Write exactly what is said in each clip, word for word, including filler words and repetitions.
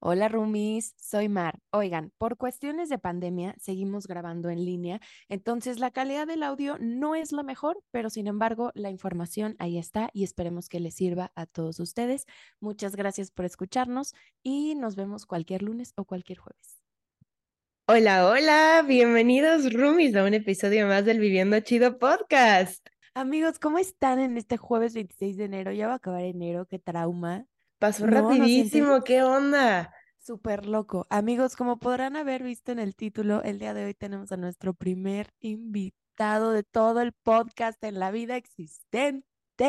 Hola Rumis, soy Mar. Oigan, por cuestiones de pandemia seguimos grabando en línea, entonces la calidad del audio no es la mejor, pero sin embargo la información ahí está y esperemos que les sirva a todos ustedes. Muchas gracias por escucharnos y nos vemos cualquier lunes o cualquier jueves. Hola, hola, bienvenidos roomies a un episodio más del Viviendo Chido podcast. Amigos, ¿cómo están en este jueves veintiséis de enero? Ya va a acabar enero, qué trauma. Pasó No, ¿no sienten? rapidísimo, ¿qué onda? Súper loco. Amigos, como podrán haber visto en el título, el día de hoy tenemos a nuestro primer invitado de todo el podcast en la vida existente.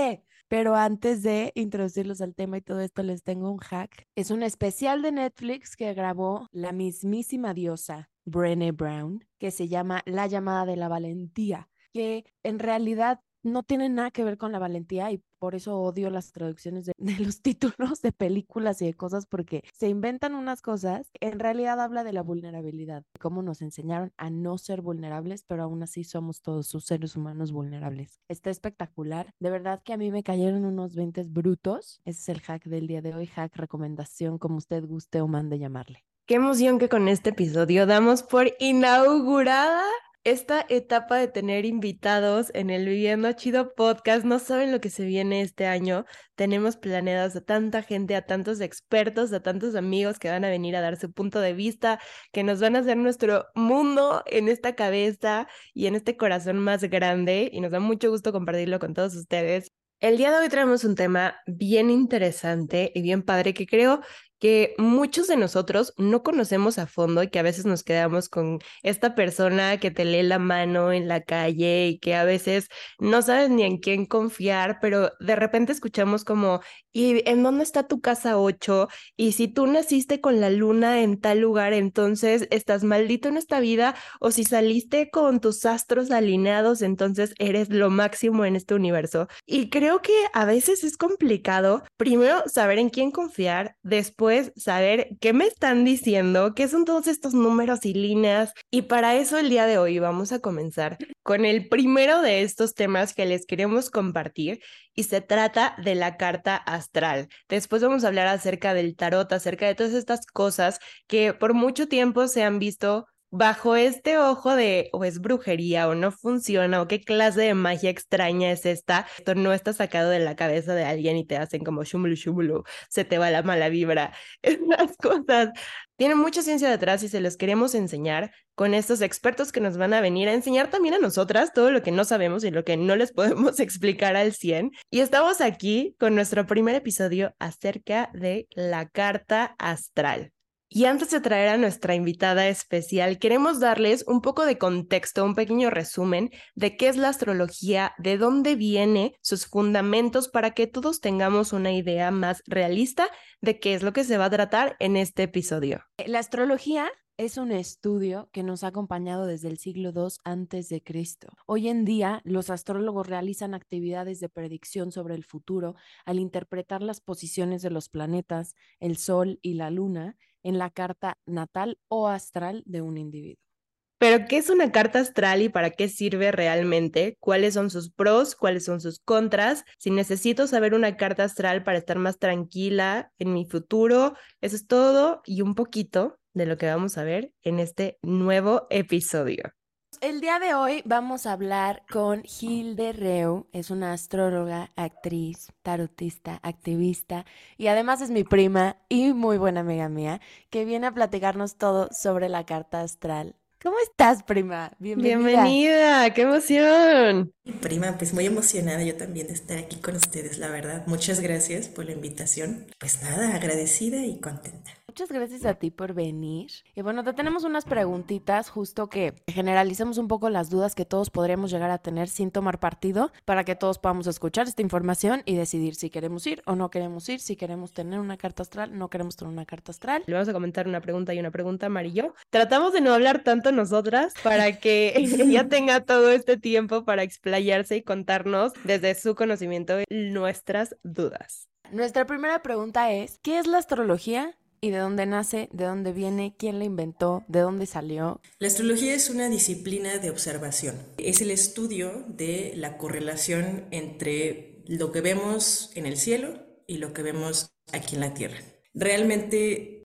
Pero antes de introducirlos al tema y todo esto, les tengo un hack. Es un especial de Netflix que grabó la mismísima diosa Brené Brown, que se llama La llamada de la valentía, que en realidad no tiene nada que ver con la valentía y por eso odio las traducciones de, de los títulos de películas y de cosas porque se inventan unas cosas. En realidad habla de la vulnerabilidad, cómo nos enseñaron a no ser vulnerables, pero aún así somos todos sus seres humanos vulnerables. Está espectacular. De verdad que a mí me cayeron unos veinte brutos. Ese es el hack del día de hoy, hack recomendación, como usted guste o mande llamarle. Qué emoción que con este episodio damos por inaugurada esta etapa de tener invitados en el Viviendo Chido podcast. No saben lo que se viene este año. Tenemos planeados a tanta gente, a tantos expertos, a tantos amigos que van a venir a dar su punto de vista, que nos van a hacer nuestro mundo en esta cabeza y en este corazón más grande. Y nos da mucho gusto compartirlo con todos ustedes. El día de hoy traemos un tema bien interesante y bien padre que creo que muchos de nosotros no conocemos a fondo y que a veces nos quedamos con esta persona que te lee la mano en la calle y que a veces no sabes ni en quién confiar, pero de repente escuchamos como, ¿y en dónde está tu casa ocho? Y si tú naciste con la luna en tal lugar, entonces estás maldito en esta vida, o si saliste con tus astros alineados, entonces eres lo máximo en este universo. Y creo que a veces es complicado, primero, saber en quién confiar, después saber qué me están diciendo, qué son todos estos números y líneas. Y para eso el día de hoy vamos a comenzar con el primero de estos temas que les queremos compartir y se trata de la carta astral. Después vamos a hablar acerca del tarot, acerca de todas estas cosas que por mucho tiempo se han visto bajo este ojo de o es brujería o no funciona o qué clase de magia extraña es esta. Esto no está sacado de la cabeza de alguien y te hacen como shumulu shumulu, se te va la mala vibra. Estas cosas tienen mucha ciencia detrás y se los queremos enseñar con estos expertos que nos van a venir a enseñar también a nosotras todo lo que no sabemos y lo que no les podemos explicar al cien. Y estamos aquí con nuestro primer episodio acerca de la carta astral. Y antes de traer a nuestra invitada especial, queremos darles un poco de contexto, un pequeño resumen de qué es la astrología, de dónde viene, sus fundamentos, para que todos tengamos una idea más realista de qué es lo que se va a tratar en este episodio. La astrología es un estudio que nos ha acompañado desde el siglo dos antes de Cristo. Hoy en día, los astrólogos realizan actividades de predicción sobre el futuro al interpretar las posiciones de los planetas, el Sol y la Luna en la carta natal o astral de un individuo. Pero, ¿qué es una carta astral y para qué sirve realmente? ¿Cuáles son sus pros? ¿Cuáles son sus contras? Si necesito saber una carta astral para estar más tranquila en mi futuro, eso es todo y un poquito de lo que vamos a ver en este nuevo episodio. El día de hoy vamos a hablar con Hilde Reu, es una astróloga, actriz, tarotista, activista y además es mi prima y muy buena amiga mía que viene a platicarnos todo sobre la carta astral. ¿Cómo estás, prima? Bienvenida. Bienvenida, qué emoción. Prima, pues muy emocionada yo también de estar aquí con ustedes, la verdad. Muchas gracias por la invitación. Pues nada, agradecida y contenta. Muchas gracias a ti por venir. Y bueno, te tenemos unas preguntitas justo que generalicemos un poco las dudas que todos podríamos llegar a tener sin tomar partido para que todos podamos escuchar esta información y decidir si queremos ir o no queremos ir, si queremos tener una carta astral, no queremos tener una carta astral. Le vamos a comentar una pregunta y una pregunta, amarillo. Tratamos de no hablar tanto nosotras para que ella tenga todo este tiempo para explayarse y contarnos desde su conocimiento nuestras dudas. Nuestra primera pregunta es, ¿qué es la astrología? ¿Y de dónde nace? ¿De dónde viene? ¿Quién la inventó? ¿De dónde salió? La astrología es una disciplina de observación. Es el estudio de la correlación entre lo que vemos en el cielo y lo que vemos aquí en la Tierra. Realmente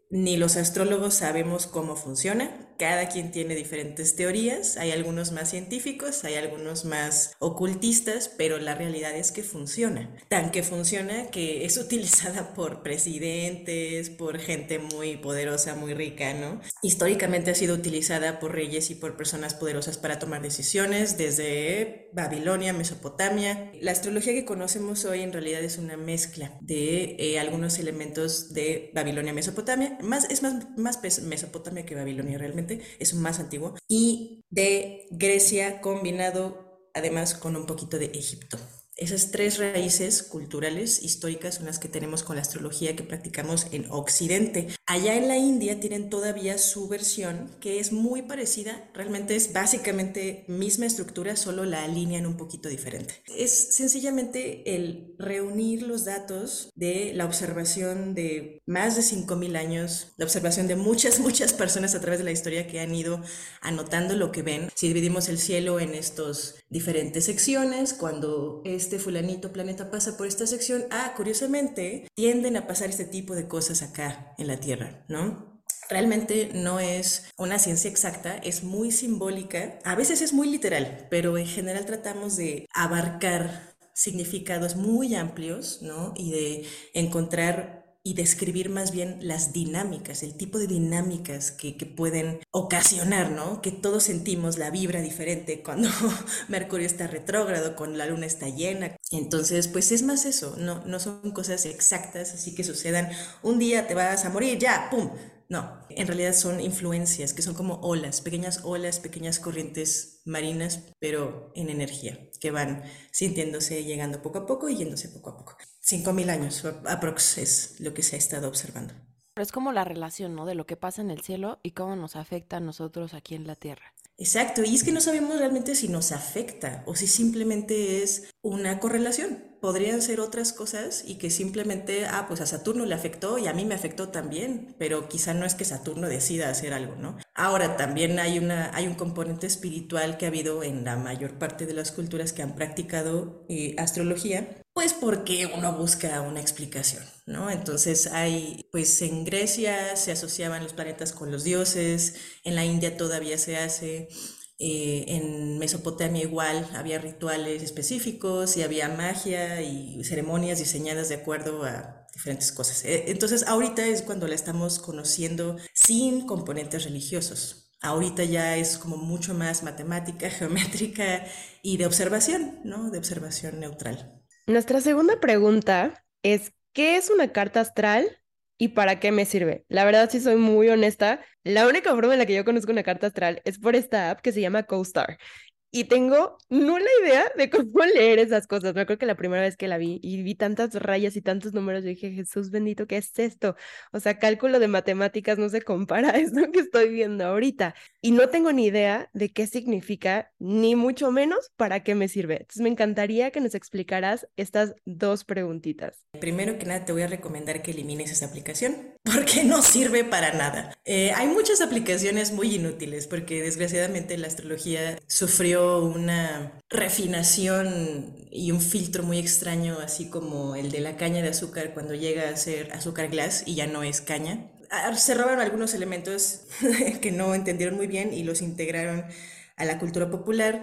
ni los astrólogos sabemos cómo funciona. Cada quien tiene diferentes teorías, hay algunos más científicos, hay algunos más ocultistas, pero la realidad es que funciona. Tan que funciona que es utilizada por presidentes, por gente muy poderosa, muy rica, ¿no? Históricamente ha sido utilizada por reyes y por personas poderosas para tomar decisiones desde Babilonia, Mesopotamia. La astrología que conocemos hoy en realidad es una mezcla de eh, algunos elementos de Babilonia, Mesopotamia, más, es más, más Mesopotamia que Babilonia realmente, es más antiguo, y de Grecia combinado además con un poquito de Egipto. Esas tres raíces culturales históricas son las que tenemos con la astrología que practicamos en Occidente. Allá en la India tienen todavía su versión que es muy parecida, realmente es básicamente misma estructura, solo la alinean un poquito diferente. Es sencillamente el reunir los datos de la observación de más de cinco mil años, la observación de muchas, muchas personas a través de la historia que han ido anotando lo que ven. Si dividimos el cielo en estas diferentes secciones, cuando es este fulanito planeta pasa por esta sección, ah, curiosamente, tienden a pasar este tipo de cosas acá en la Tierra, ¿no? Realmente no es una ciencia exacta, es muy simbólica, a veces es muy literal, pero en general tratamos de abarcar significados muy amplios, ¿no? Y de encontrar y describir más bien las dinámicas, el tipo de dinámicas que, que pueden ocasionar, ¿no? Que todos sentimos la vibra diferente cuando Mercurio está retrógrado, cuando la luna está llena. Entonces, pues es más eso, no, no son cosas exactas, así que sucedan, un día te vas a morir, ya, ¡pum! No, en realidad son influencias que son como olas, pequeñas olas, pequeñas corrientes marinas, pero en energía, que van sintiéndose, llegando poco a poco y yéndose poco a poco. Cinco mil años aprox es lo que se ha estado observando. Pero es como la relación, ¿no? De lo que pasa en el cielo y cómo nos afecta a nosotros aquí en la tierra. Exacto, y es que no sabemos realmente si nos afecta o si simplemente es una correlación. Podrían ser otras cosas y que simplemente, ah, pues a Saturno le afectó y a mí me afectó también, pero quizá no es que Saturno decida hacer algo, ¿no? Ahora también hay, una, hay un componente espiritual que ha habido en la mayor parte de las culturas que han practicado eh, astrología, pues porque uno busca una explicación, ¿no? Entonces hay, pues en Grecia se asociaban los planetas con los dioses, en la India todavía se hace, eh, en Mesopotamia igual había rituales específicos y había magia y ceremonias diseñadas de acuerdo a diferentes cosas. Entonces ahorita es cuando la estamos conociendo sin componentes religiosos. Ahorita ya es como mucho más matemática, geométrica y de observación, ¿no? De observación neutral. Nuestra segunda pregunta es, ¿qué es una carta astral y para qué me sirve? La verdad, si soy muy honesta, la única forma en la que yo conozco una carta astral es por esta app que se llama CoStar. Y tengo nula idea de cómo leer esas cosas. Me acuerdo que la primera vez que la vi y vi tantas rayas y tantos números, yo dije, Jesús bendito, ¿qué es esto? O sea, cálculo de matemáticas no se compara a esto que estoy viendo ahorita. Y no tengo ni idea de qué significa, ni mucho menos para qué me sirve. Entonces, me encantaría que nos explicaras estas dos preguntitas. Primero que nada, te voy a recomendar que elimines esa aplicación porque no sirve para nada. Eh, hay muchas aplicaciones muy inútiles porque desgraciadamente la astrología sufrió una refinación y un filtro muy extraño, así como el de la caña de azúcar cuando llega a ser azúcar glass y ya no es caña. Se robaron algunos elementos que no entendieron muy bien y los integraron a la cultura popular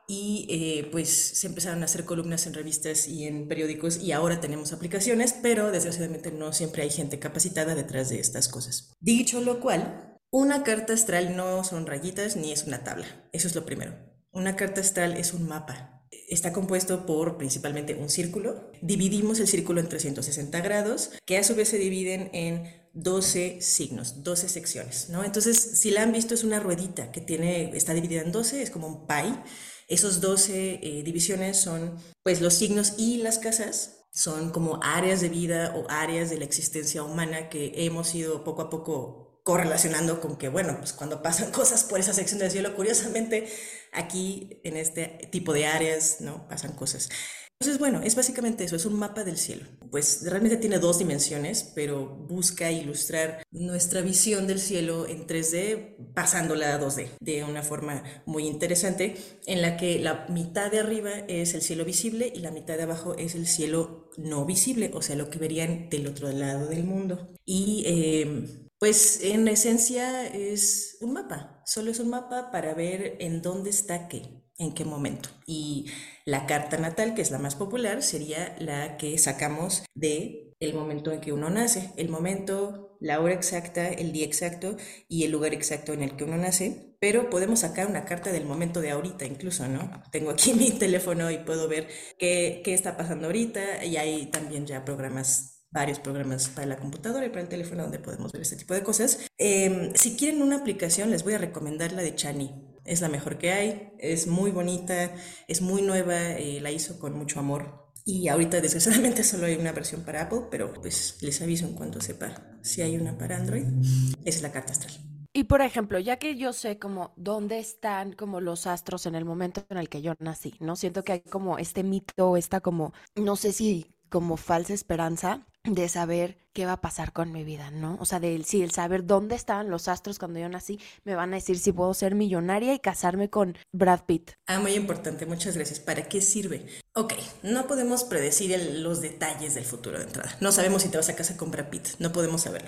y eh, pues se empezaron a hacer columnas en revistas y en periódicos y ahora tenemos aplicaciones, pero desgraciadamente no siempre hay gente capacitada detrás de estas cosas. Dicho lo cual, una carta astral no son rayitas ni es una tabla, eso es lo primero. Una carta astral es un mapa. Está compuesto por principalmente un círculo. Dividimos el círculo en trescientos sesenta grados, que a su vez se dividen en doce signos, doce secciones, ¿no? Entonces, si la han visto, es una ruedita que tiene, está dividida en doce, es como un pie. Esos doce eh, divisiones son, pues, los signos y las casas son como áreas de vida o áreas de la existencia humana que hemos ido poco a poco correlacionando con que, bueno, pues cuando pasan cosas por esa sección del cielo, curiosamente, aquí en este tipo de áreas, ¿no? Pasan cosas. Entonces, bueno, es básicamente eso, es un mapa del cielo. Pues realmente tiene dos dimensiones, pero busca ilustrar nuestra visión del cielo en tres D, pasándola a dos D, de una forma muy interesante, en la que la mitad de arriba es el cielo visible y la mitad de abajo es el cielo no visible, o sea, lo que verían del otro lado del mundo. Y eh, Pues en esencia es un mapa, solo es un mapa para ver en dónde está qué, en qué momento. Y la carta natal, que es la más popular, sería la que sacamos de el momento en que uno nace, el momento, la hora exacta, el día exacto y el lugar exacto en el que uno nace. Pero podemos sacar una carta del momento de ahorita incluso, ¿no? Tengo aquí mi teléfono y puedo ver qué, qué está pasando ahorita y hay también ya programas varios programas para la computadora y para el teléfono donde podemos ver este tipo de cosas. Eh, si quieren una aplicación, les voy a recomendar la de Chani. Es la mejor que hay, es muy bonita, es muy nueva, eh, la hizo con mucho amor. Y ahorita desgraciadamente solo hay una versión para Apple, pero pues les aviso en cuanto sepa si hay una para Android. Esa es la carta astral. Y por ejemplo, ya que yo sé como dónde están como los astros en el momento en el que yo nací, ¿no? Siento que hay como este mito, esta como, no sé si como falsa esperanza de saber qué va a pasar con mi vida, ¿no? O sea, de sí, el saber dónde estaban los astros cuando yo nací, me van a decir si puedo ser millonaria y casarme con Brad Pitt. Ah, muy importante, muchas gracias. ¿Para qué sirve? Ok, no podemos predecir el- los detalles del futuro de entrada. No sabemos si te vas a casar con Brad Pitt, no podemos saberlo.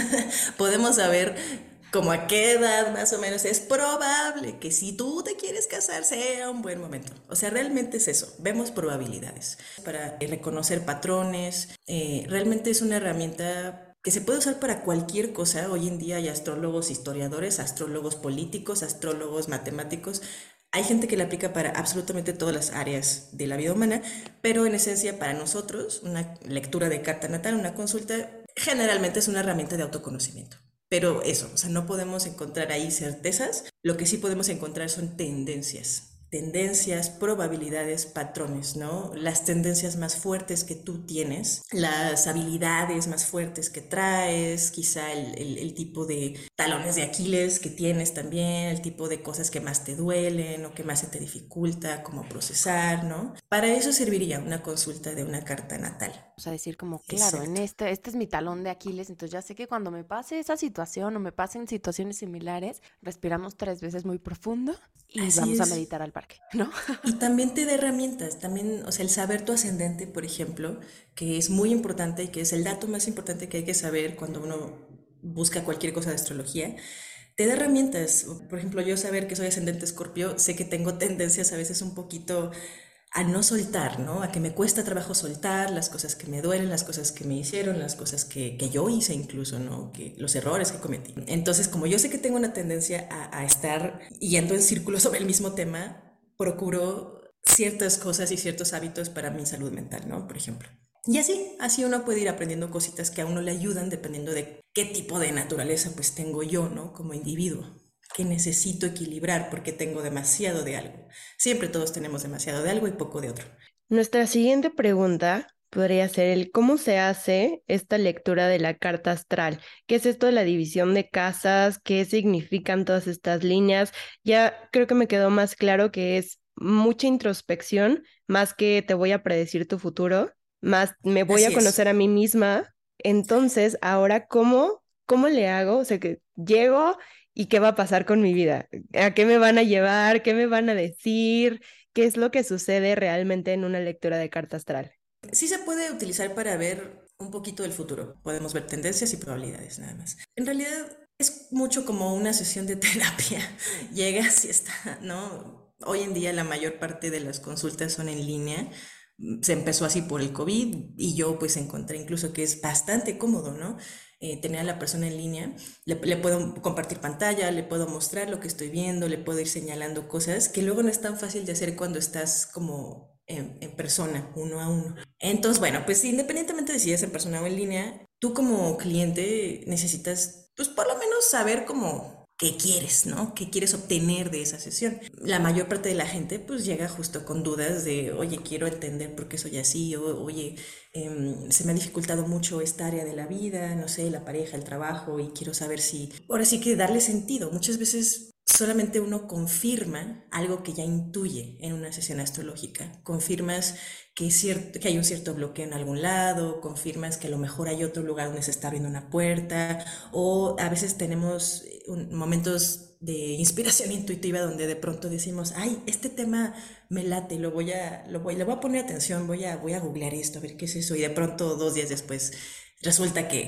Podemos saber como a qué edad más o menos es probable que si tú te quieres casar sea un buen momento. O sea, realmente es eso, vemos probabilidades para eh, reconocer patrones. Eh, realmente es una herramienta que se puede usar para cualquier cosa. Hoy en día hay astrólogos, historiadores, astrólogos políticos, astrólogos matemáticos. Hay gente que la aplica para absolutamente todas las áreas de la vida humana, pero en esencia para nosotros una lectura de carta natal, una consulta, generalmente es una herramienta de autoconocimiento. Pero eso, o sea, no podemos encontrar ahí certezas, lo que sí podemos encontrar son tendencias. Tendencias, probabilidades, patrones, ¿no? Las tendencias más fuertes que tú tienes, las habilidades más fuertes que traes, quizá el, el, el tipo de talones de Aquiles que tienes también, el tipo de cosas que más te duelen o que más se te dificulta, cómo procesar, ¿no? Para eso serviría una consulta de una carta natal. O sea, decir como, claro, en Exacto. este, este es mi talón de Aquiles, entonces ya sé que cuando me pase esa situación o me pasen situaciones similares, respiramos tres veces muy profundo y Así vamos a es. meditar al parque, ¿no? Y también te da herramientas, también, o sea, el saber tu ascendente, por ejemplo, que es muy importante y que es el dato más importante que hay que saber cuando uno busca cualquier cosa de astrología, te da herramientas. Por ejemplo, yo saber que soy ascendente Escorpio, sé que tengo tendencias a veces un poquito a no soltar, ¿no? A que me cuesta trabajo soltar las cosas que me duelen, las cosas que me hicieron, las cosas que, que yo hice incluso, ¿no? Que, los errores que cometí. Entonces, como yo sé que tengo una tendencia a, a estar yendo en círculos sobre el mismo tema, procuro ciertas cosas y ciertos hábitos para mi salud mental, ¿no? Por ejemplo. Y así, así uno puede ir aprendiendo cositas que a uno le ayudan dependiendo de qué tipo de naturaleza pues tengo yo, ¿no? Como individuo, que necesito equilibrar porque tengo demasiado de algo. Siempre todos tenemos demasiado de algo y poco de otro. Nuestra siguiente pregunta podría ser el cómo se hace esta lectura de la carta astral. ¿Qué es esto de la división de casas? ¿Qué significan todas estas líneas? Ya creo que me quedó más claro que es mucha introspección, más que te voy a predecir tu futuro, más me voy a Así conocer a es. mí misma. Entonces, ahora, ¿cómo, cómo le hago? O sea, que llego y qué va a pasar con mi vida. ¿A qué me van a llevar? ¿Qué me van a decir? ¿Qué es lo que sucede realmente en una lectura de carta astral? Sí se puede utilizar para ver un poquito del futuro. Podemos ver tendencias y probabilidades nada más. En realidad es mucho como una sesión de terapia. Llegas y está, ¿no? Hoy en día la mayor parte de las consultas son en línea. Se empezó así por el COVID y yo pues encontré incluso que es bastante cómodo, ¿no? Eh, tener a la persona en línea, le, le puedo compartir pantalla, le puedo mostrar lo que estoy viendo, le puedo ir señalando cosas que luego no es tan fácil de hacer cuando estás como en, en persona, uno a uno. Entonces, bueno, pues independientemente de si es en persona o en línea, tú como cliente necesitas, pues por lo menos saber cómo qué quieres, ¿no? ¿Qué quieres obtener de esa sesión? La mayor parte de la gente pues llega justo con dudas de, oye, quiero entender por qué soy así, o, oye, eh, se me ha dificultado mucho esta área de la vida, no sé, la pareja, el trabajo, y quiero saber si, ahora sí que darle sentido. Muchas veces solamente uno confirma algo que ya intuye en una sesión astrológica. Confirmas que, es cierto, que hay un cierto bloqueo en algún lado, confirmas que a lo mejor hay otro lugar donde se está abriendo una puerta, o a veces tenemos un, momentos de inspiración intuitiva donde de pronto decimos, ay, este tema me late, lo voy a, lo voy, le voy a poner atención, voy a, voy a googlear esto, a ver qué es eso, y de pronto dos días después resulta que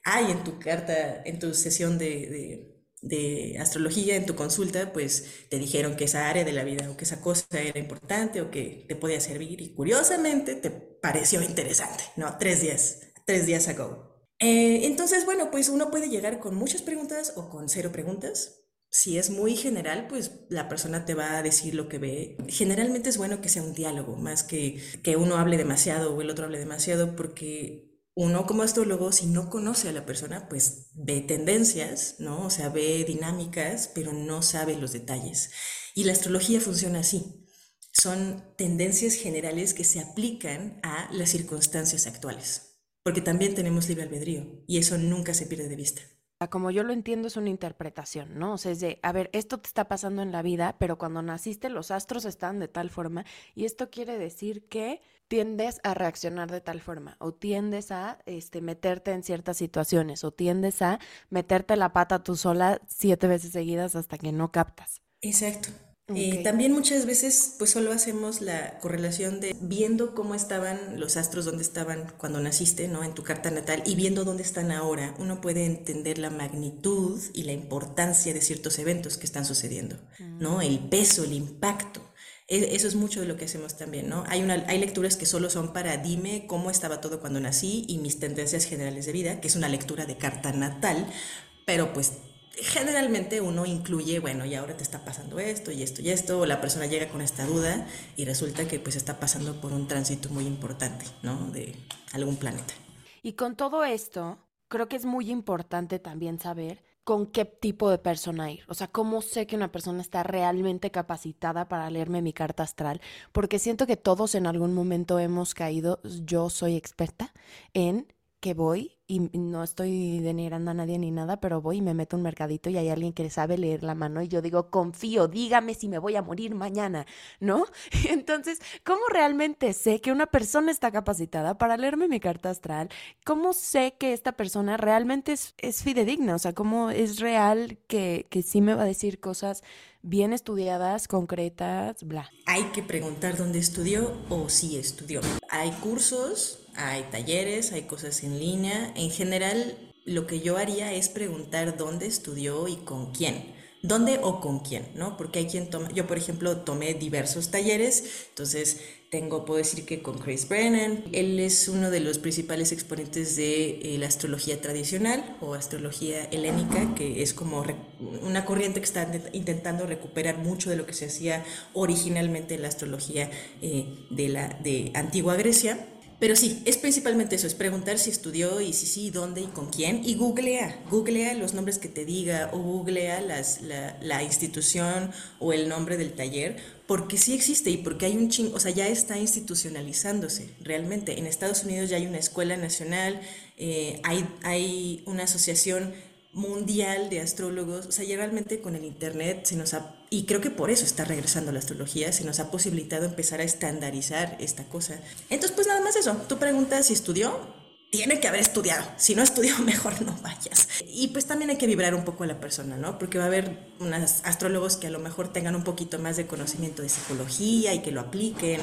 hay en tu carta, en tu sesión de, de de astrología, en tu consulta, pues te dijeron que esa área de la vida o que esa cosa era importante o que te podía servir y curiosamente te pareció interesante, ¿no? Tres días, tres días ago. Eh, entonces, bueno, pues uno puede llegar con muchas preguntas o con cero preguntas. Si es muy general, pues la persona te va a decir lo que ve. Generalmente es bueno que sea un diálogo, más que que uno hable demasiado o el otro hable demasiado, porque uno como astrólogo, si no conoce a la persona, pues ve tendencias, ¿no? O sea, ve dinámicas, pero no sabe los detalles. Y la astrología funciona así. Son tendencias generales que se aplican a las circunstancias actuales, porque también tenemos libre albedrío y eso nunca se pierde de vista. Como yo lo entiendo, es una interpretación, ¿no? O sea, es de, a ver, esto te está pasando en la vida, pero cuando naciste los astros están de tal forma y esto quiere decir que tiendes a reaccionar de tal forma o tiendes a este, meterte en ciertas situaciones o tiendes a meterte la pata tú sola siete veces seguidas hasta que no captas. Exacto. Ok. Eh, también muchas veces pues solo hacemos la correlación de viendo cómo estaban los astros, dónde estaban cuando naciste, ¿no? En tu carta natal y viendo dónde están ahora, uno puede entender la magnitud y la importancia de ciertos eventos que están sucediendo, ¿no? El peso, el impacto. E- Eso es mucho de lo que hacemos también, ¿no? Hay, una, hay lecturas que solo son para dime cómo estaba todo cuando nací y mis tendencias generales de vida, que es una lectura de carta natal, pero pues generalmente uno incluye, bueno, y ahora te está pasando esto y esto y esto, o la persona llega con esta duda y resulta que pues está pasando por un tránsito muy importante, ¿no? De algún planeta. Y con todo esto, creo que es muy importante también saber con qué tipo de persona ir. O sea, cómo sé que una persona está realmente capacitada para leerme mi carta astral, porque siento que todos en algún momento hemos caído, yo soy experta en que voy y no estoy denigrando a nadie ni nada, pero voy y me meto a un mercadito y hay alguien que sabe leer la mano y yo digo, confío, dígame si me voy a morir mañana, ¿no? Entonces, ¿cómo realmente sé que una persona está capacitada para leerme mi carta astral? ¿Cómo sé que esta persona realmente es, es fidedigna? O sea, ¿cómo es real que, que sí me va a decir cosas bien estudiadas, concretas, bla? Hay que preguntar dónde estudió o si estudió. Hay cursos, hay talleres, hay cosas en línea. En general, lo que yo haría es preguntar dónde estudió y con quién. ¿Dónde o con quién? ¿No? Porque hay quien toma, yo por ejemplo tomé diversos talleres, entonces tengo, puedo decir que con Chris Brennan, él es uno de los principales exponentes de eh, la astrología tradicional o astrología helénica, que es como re- una corriente que está de- intentando recuperar mucho de lo que se hacía originalmente en la astrología eh, de la de antigua Grecia. Pero sí, es principalmente eso, es preguntar si estudió y si sí, dónde y con quién. Y googlea, googlea los nombres que te diga o googlea las, la, la institución o el nombre del taller, porque sí existe y porque hay un ching, o sea, ya está institucionalizándose realmente. En Estados Unidos ya hay una escuela nacional, eh, hay, hay una asociación mundial de astrólogos, o sea, ya realmente con el internet se nos ha, y creo que por eso está regresando la astrología, se nos ha posibilitado empezar a estandarizar esta cosa. Entonces, pues nada más eso, tú preguntas si estudió, tiene que haber estudiado, si no estudió mejor no vayas. Y pues también hay que vibrar un poco a la persona, ¿no? Porque va a haber unos astrólogos que a lo mejor tengan un poquito más de conocimiento de psicología y que lo apliquen,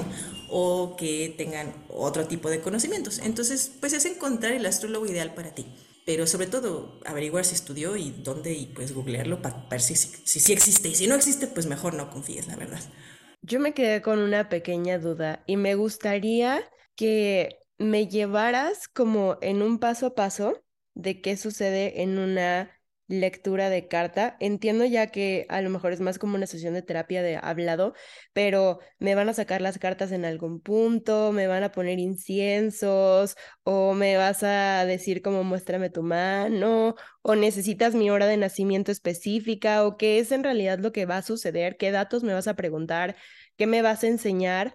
o que tengan otro tipo de conocimientos. Entonces, pues es encontrar el astrólogo ideal para ti, pero sobre todo averiguar si estudió y dónde y pues googlearlo para ver si, si, si, si existe y si no existe pues mejor no confíes, la verdad. Yo me quedé con una pequeña duda y me gustaría que me llevaras como en un paso a paso de qué sucede en una lectura de carta. Entiendo ya que a lo mejor es más como una sesión de terapia de hablado, pero me van a sacar las cartas en algún punto, me van a poner inciensos o me vas a decir como muéstrame tu mano o necesitas mi hora de nacimiento específica o qué es en realidad lo que va a suceder, qué datos me vas a preguntar, qué me vas a enseñar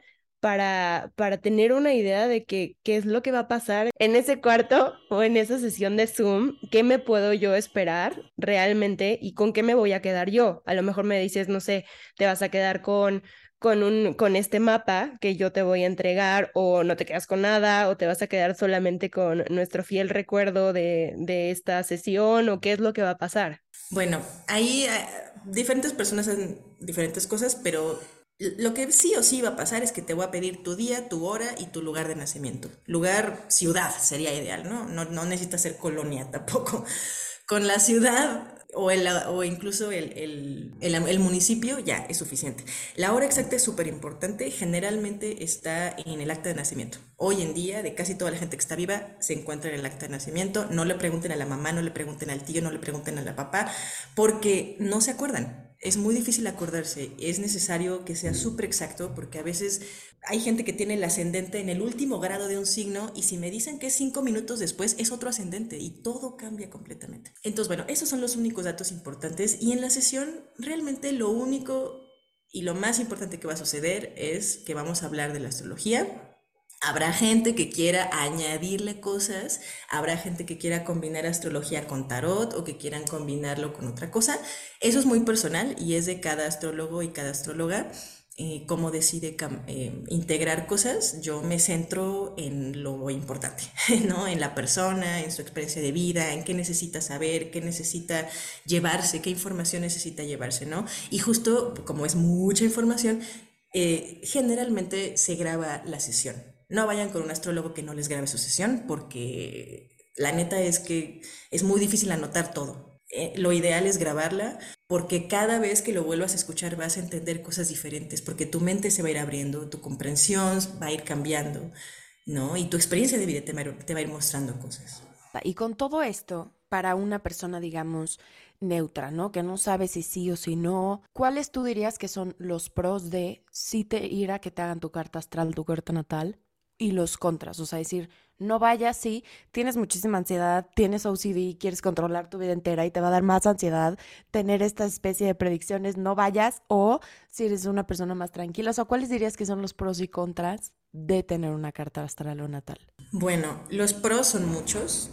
para, para tener una idea de que, qué es lo que va a pasar en ese cuarto o en esa sesión de Zoom, qué me puedo yo esperar realmente y con qué me voy a quedar yo. A lo mejor me dices, no sé, te vas a quedar con, con, un, con este mapa que yo te voy a entregar o no te quedas con nada o te vas a quedar solamente con nuestro fiel recuerdo de, de esta sesión o qué es lo que va a pasar. Bueno, ahí eh, diferentes personas hacen diferentes cosas, pero Lo que sí o sí va a pasar es que te voy a pedir tu día, tu hora y tu lugar de nacimiento. Lugar, ciudad sería ideal, ¿no? No, no necesitas ser colonia tampoco. Con la ciudad o, el, o incluso el, el, el, el municipio ya es suficiente. La hora exacta es súper importante, generalmente está en el acta de nacimiento. Hoy en día, de casi toda la gente que está viva, se encuentra en el acta de nacimiento. No le pregunten a la mamá, no le pregunten al tío, no le pregunten a la papá, porque no se acuerdan. Es muy difícil acordarse, es necesario que sea súper exacto porque a veces hay gente que tiene el ascendente en el último grado de un signo y si me dicen que es cinco minutos después es otro ascendente y todo cambia completamente. Entonces, bueno, esos son los únicos datos importantes y en la sesión realmente lo único y lo más importante que va a suceder es que vamos a hablar de la astrología. Habrá gente que quiera añadirle cosas, habrá gente que quiera combinar astrología con tarot o que quieran combinarlo con otra cosa. Eso es muy personal y es de cada astrólogo y cada astróloga eh, cómo decide eh, integrar cosas. Yo me centro en lo importante, ¿no? En la persona, en su experiencia de vida, en qué necesita saber, qué necesita llevarse, qué información necesita llevarse, ¿no? Y justo como es mucha información, eh, generalmente se graba la sesión. No vayan con un astrólogo que no les grabe su sesión porque la neta es que es muy difícil anotar todo. Eh, lo ideal es grabarla porque cada vez que lo vuelvas a escuchar vas a entender cosas diferentes porque tu mente se va a ir abriendo, tu comprensión va a ir cambiando, ¿no? Y tu experiencia de vida te va a ir, te va a ir mostrando cosas. Y con todo esto, para una persona, digamos, neutra, ¿no? Que no sabe si sí o si no, ¿cuáles tú dirías que son los pros de sí te ir a que te hagan tu carta astral, tu carta natal, y los contras? O sea, decir, no vayas si tienes muchísima ansiedad, tienes O C D, quieres controlar tu vida entera y te va a dar más ansiedad tener esta especie de predicciones, no vayas, o si eres una persona más tranquila. O sea, ¿cuáles dirías que son los pros y contras de tener una carta astral o natal? Bueno, los pros son muchos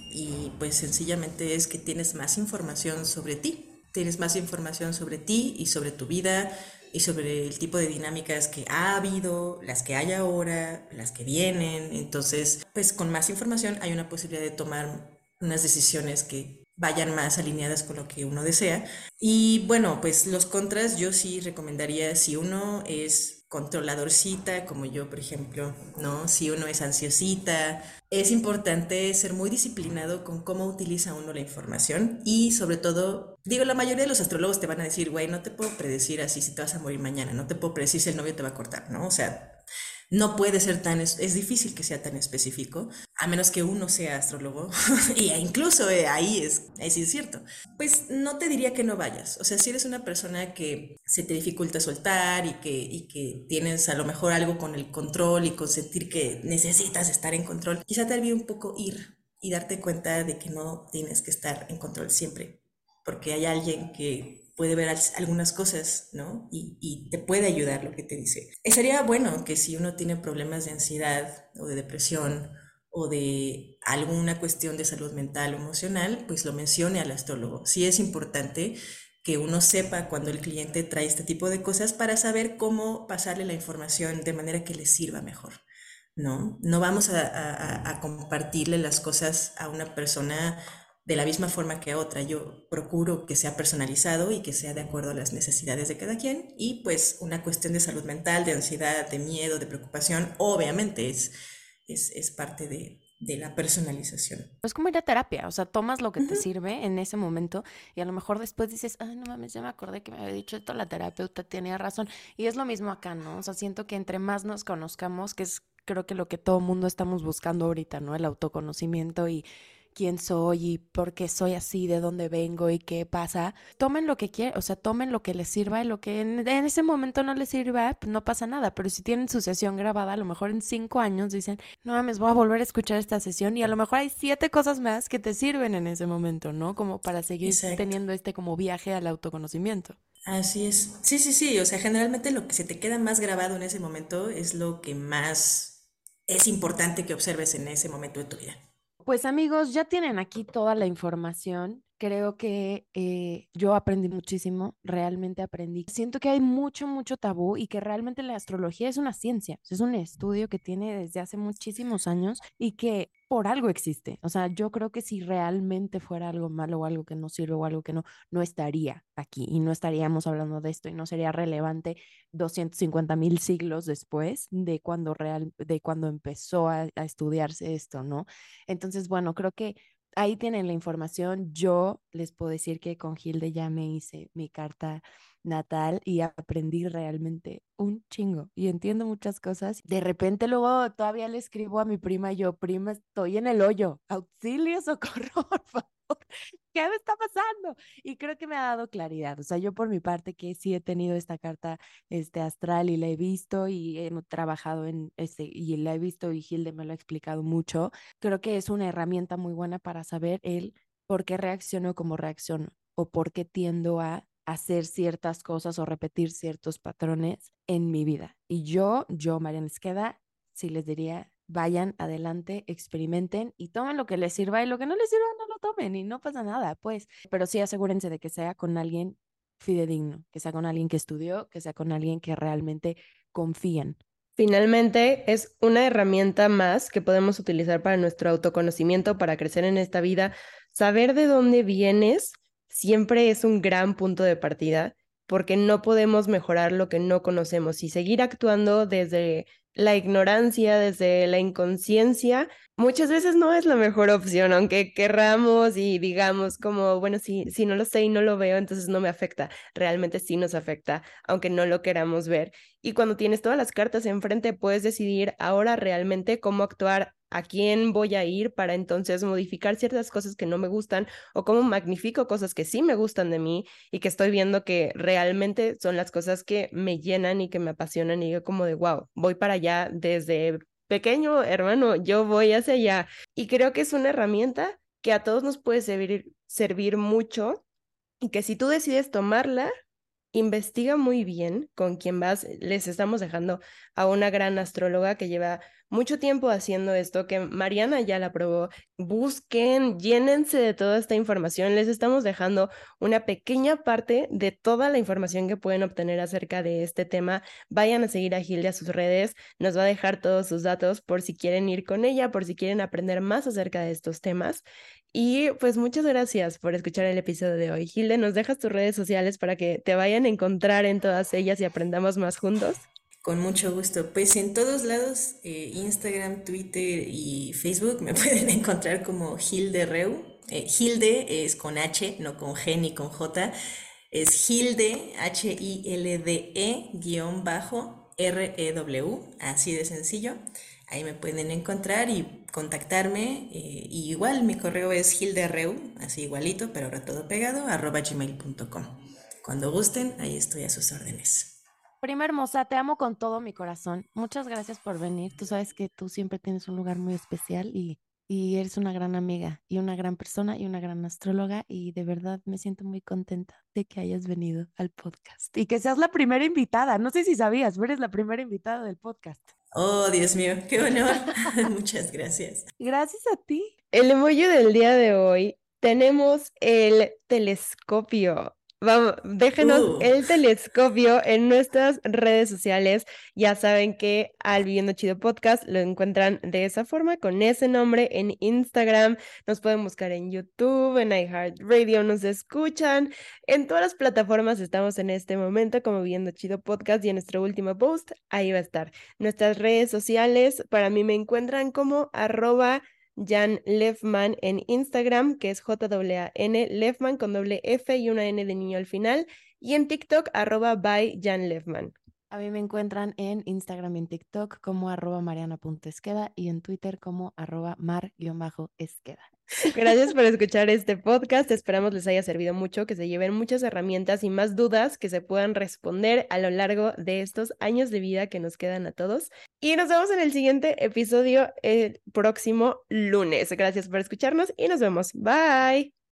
y pues sencillamente es que tienes más información sobre ti, tienes más información sobre ti y sobre tu vida y sobre el tipo de dinámicas que ha habido, las que hay ahora, las que vienen. Entonces, pues con más información hay una posibilidad de tomar unas decisiones que vayan más alineadas con lo que uno desea. Y bueno, pues los contras yo sí recomendaría si uno es controladorcita, como yo, por ejemplo, ¿no? Si uno es ansiosita, es importante ser muy disciplinado con cómo utiliza uno la información y sobre todo, digo, la mayoría de los astrólogos te van a decir, güey, no te puedo predecir así si te vas a morir mañana, no te puedo predecir si el novio te va a cortar, ¿no? O sea, no puede ser tan, es, es difícil que sea tan específico, a menos que uno sea astrólogo, y incluso eh, ahí es, es incierto. Pues no te diría que no vayas, o sea, si eres una persona que se te dificulta soltar y que, y que tienes a lo mejor algo con el control y con sentir que necesitas estar en control, quizá te ayude un poco ir y darte cuenta de que no tienes que estar en control siempre, porque hay alguien que puede ver algunas cosas, ¿no? Y, y te puede ayudar lo que te dice. Sería bueno que si uno tiene problemas de ansiedad o de depresión o de alguna cuestión de salud mental o emocional, pues lo mencione al astrólogo. Sí es importante que uno sepa cuando el cliente trae este tipo de cosas para saber cómo pasarle la información de manera que le sirva mejor, ¿no? No vamos a, a, a compartirle las cosas a una persona de la misma forma que a otra. Yo procuro que sea personalizado y que sea de acuerdo a las necesidades de cada quien y pues una cuestión de salud mental, de ansiedad, de miedo, de preocupación, obviamente es, es, es parte de, de la personalización. Es como ir a terapia, o sea, tomas lo que te Ujú. sirve en ese momento y a lo mejor después dices, ay, no mames, ya me acordé que me había dicho esto, la terapeuta tenía razón. Y es lo mismo acá, ¿no? O sea, siento que entre más nos conozcamos, que es creo que lo que todo mundo estamos buscando ahorita, ¿no? El autoconocimiento y quién soy y por qué soy así, de dónde vengo y qué pasa. Tomen lo que quieran, o sea, tomen lo que les sirva y lo que en, en ese momento no les sirva, pues no pasa nada. Pero si tienen su sesión grabada, a lo mejor en cinco años dicen, no mames, voy a volver a escuchar esta sesión y a lo mejor hay siete cosas más que te sirven en ese momento, ¿no? Como para seguir Exacto. teniendo este como viaje al autoconocimiento. Así es. Sí, sí, sí. O sea, generalmente lo que se te queda más grabado en ese momento es lo que más es importante que observes en ese momento de tu vida. Pues amigos, ya tienen aquí toda la información. Creo que eh, yo aprendí muchísimo, realmente aprendí. Siento que hay mucho, mucho tabú y que realmente la astrología es una ciencia, es un estudio que tiene desde hace muchísimos años y que por algo existe. O sea, yo creo que si realmente fuera algo malo o algo que no sirve o algo que no, no estaría aquí y no estaríamos hablando de esto y no sería relevante doscientos cincuenta mil siglos después de cuando, real, de cuando empezó a, a estudiarse esto, ¿no? Entonces, bueno, creo que ahí tienen la información. Yo les puedo decir que con Hilde ya me hice mi carta natal y aprendí realmente un chingo y entiendo muchas cosas. De repente luego todavía le escribo a mi prima y yo, prima, estoy en el hoyo, auxilio, socorro, por favor. ¿Qué me está pasando? Y creo que me ha dado claridad. O sea, yo por mi parte que sí he tenido esta carta este, astral y la he visto y hemos trabajado en este y la he visto y Hilde me lo ha explicado mucho. Creo que es una herramienta muy buena para saber el por qué reacciono como reacciono o por qué tiendo a hacer ciertas cosas o repetir ciertos patrones en mi vida. Y yo, yo, Mariana Esqueda, sí les diría, vayan adelante, experimenten y tomen lo que les sirva y lo que no les sirva no lo tomen y no pasa nada, pues. Pero sí asegúrense de que sea con alguien fidedigno, que sea con alguien que estudió, que sea con alguien que realmente confíen. Finalmente, es una herramienta más que podemos utilizar para nuestro autoconocimiento, para crecer en esta vida. Saber de dónde vienes siempre es un gran punto de partida, porque no podemos mejorar lo que no conocemos y seguir actuando desde la ignorancia, desde la inconsciencia, muchas veces no es la mejor opción, aunque querramos y digamos como, bueno, si, si no lo sé y no lo veo, entonces no me afecta. Realmente sí nos afecta, aunque no lo queramos ver. Y cuando tienes todas las cartas enfrente, puedes decidir ahora realmente cómo actuar, a quién voy a ir para entonces modificar ciertas cosas que no me gustan o cómo magnifico cosas que sí me gustan de mí y que estoy viendo que realmente son las cosas que me llenan y que me apasionan y yo como de, wow, voy para allá desde pequeño, hermano, yo voy hacia allá. Y creo que es una herramienta que a todos nos puede servir, servir mucho y que si tú decides tomarla, investiga muy bien con quién vas. Les estamos dejando a una gran astróloga que lleva mucho tiempo haciendo esto, que Mariana ya la probó. Busquen, llénense de toda esta información. Les estamos dejando una pequeña parte de toda la información que pueden obtener acerca de este tema. Vayan a seguir a Hilde a sus redes. Nos va a dejar todos sus datos por si quieren ir con ella, por si quieren aprender más acerca de estos temas. Y pues muchas gracias por escuchar el episodio de hoy. Hilde, ¿nos dejas tus redes sociales para que te vayan a encontrar en todas ellas y aprendamos más juntos? Con mucho gusto. Pues en todos lados, eh, Instagram, Twitter y Facebook me pueden encontrar como Hilde Reu. Eh, Hilde es con H, no con G ni con J. Es Hilde, H I L D E, guión bajo, R E W, así de sencillo. Ahí me pueden encontrar y contactarme. Eh, y igual mi correo es hildereu, así igualito, pero ahora todo pegado, arroba gmail punto com. Cuando gusten, ahí estoy a sus órdenes. Prima hermosa, te amo con todo mi corazón. Muchas gracias por venir. Tú sabes que tú siempre tienes un lugar muy especial y, y eres una gran amiga y una gran persona y una gran astróloga y de verdad me siento muy contenta de que hayas venido al podcast y que seas la primera invitada. No sé si sabías, pero eres la primera invitada del podcast. Oh, Dios mío, qué honor. Muchas gracias. Gracias a ti. El emoji del día de hoy, tenemos el telescopio. Vamos, déjenos Uh, el telescopio en nuestras redes sociales. Ya saben que al Viviendo Chido Podcast lo encuentran de esa forma, con ese nombre en Instagram. Nos pueden buscar en YouTube, en iHeartRadio, nos escuchan. En todas las plataformas estamos en este momento como Viviendo Chido Podcast y en nuestro último post, ahí va a estar. Nuestras redes sociales, para mí me encuentran como arroba Jan Lefman en Instagram, que es J A N Lefman con doble F y una N de niño al final, y en TikTok, arroba by Jan Lefman. A mí me encuentran en Instagram y en TikTok como arroba mariana.esqueda y en Twitter como arroba mar-esqueda. Gracias por escuchar este podcast. Esperamos les haya servido mucho, que se lleven muchas herramientas y más dudas que se puedan responder a lo largo de estos años de vida que nos quedan a todos. Y nos vemos en el siguiente episodio el próximo lunes. Gracias por escucharnos y nos vemos. Bye.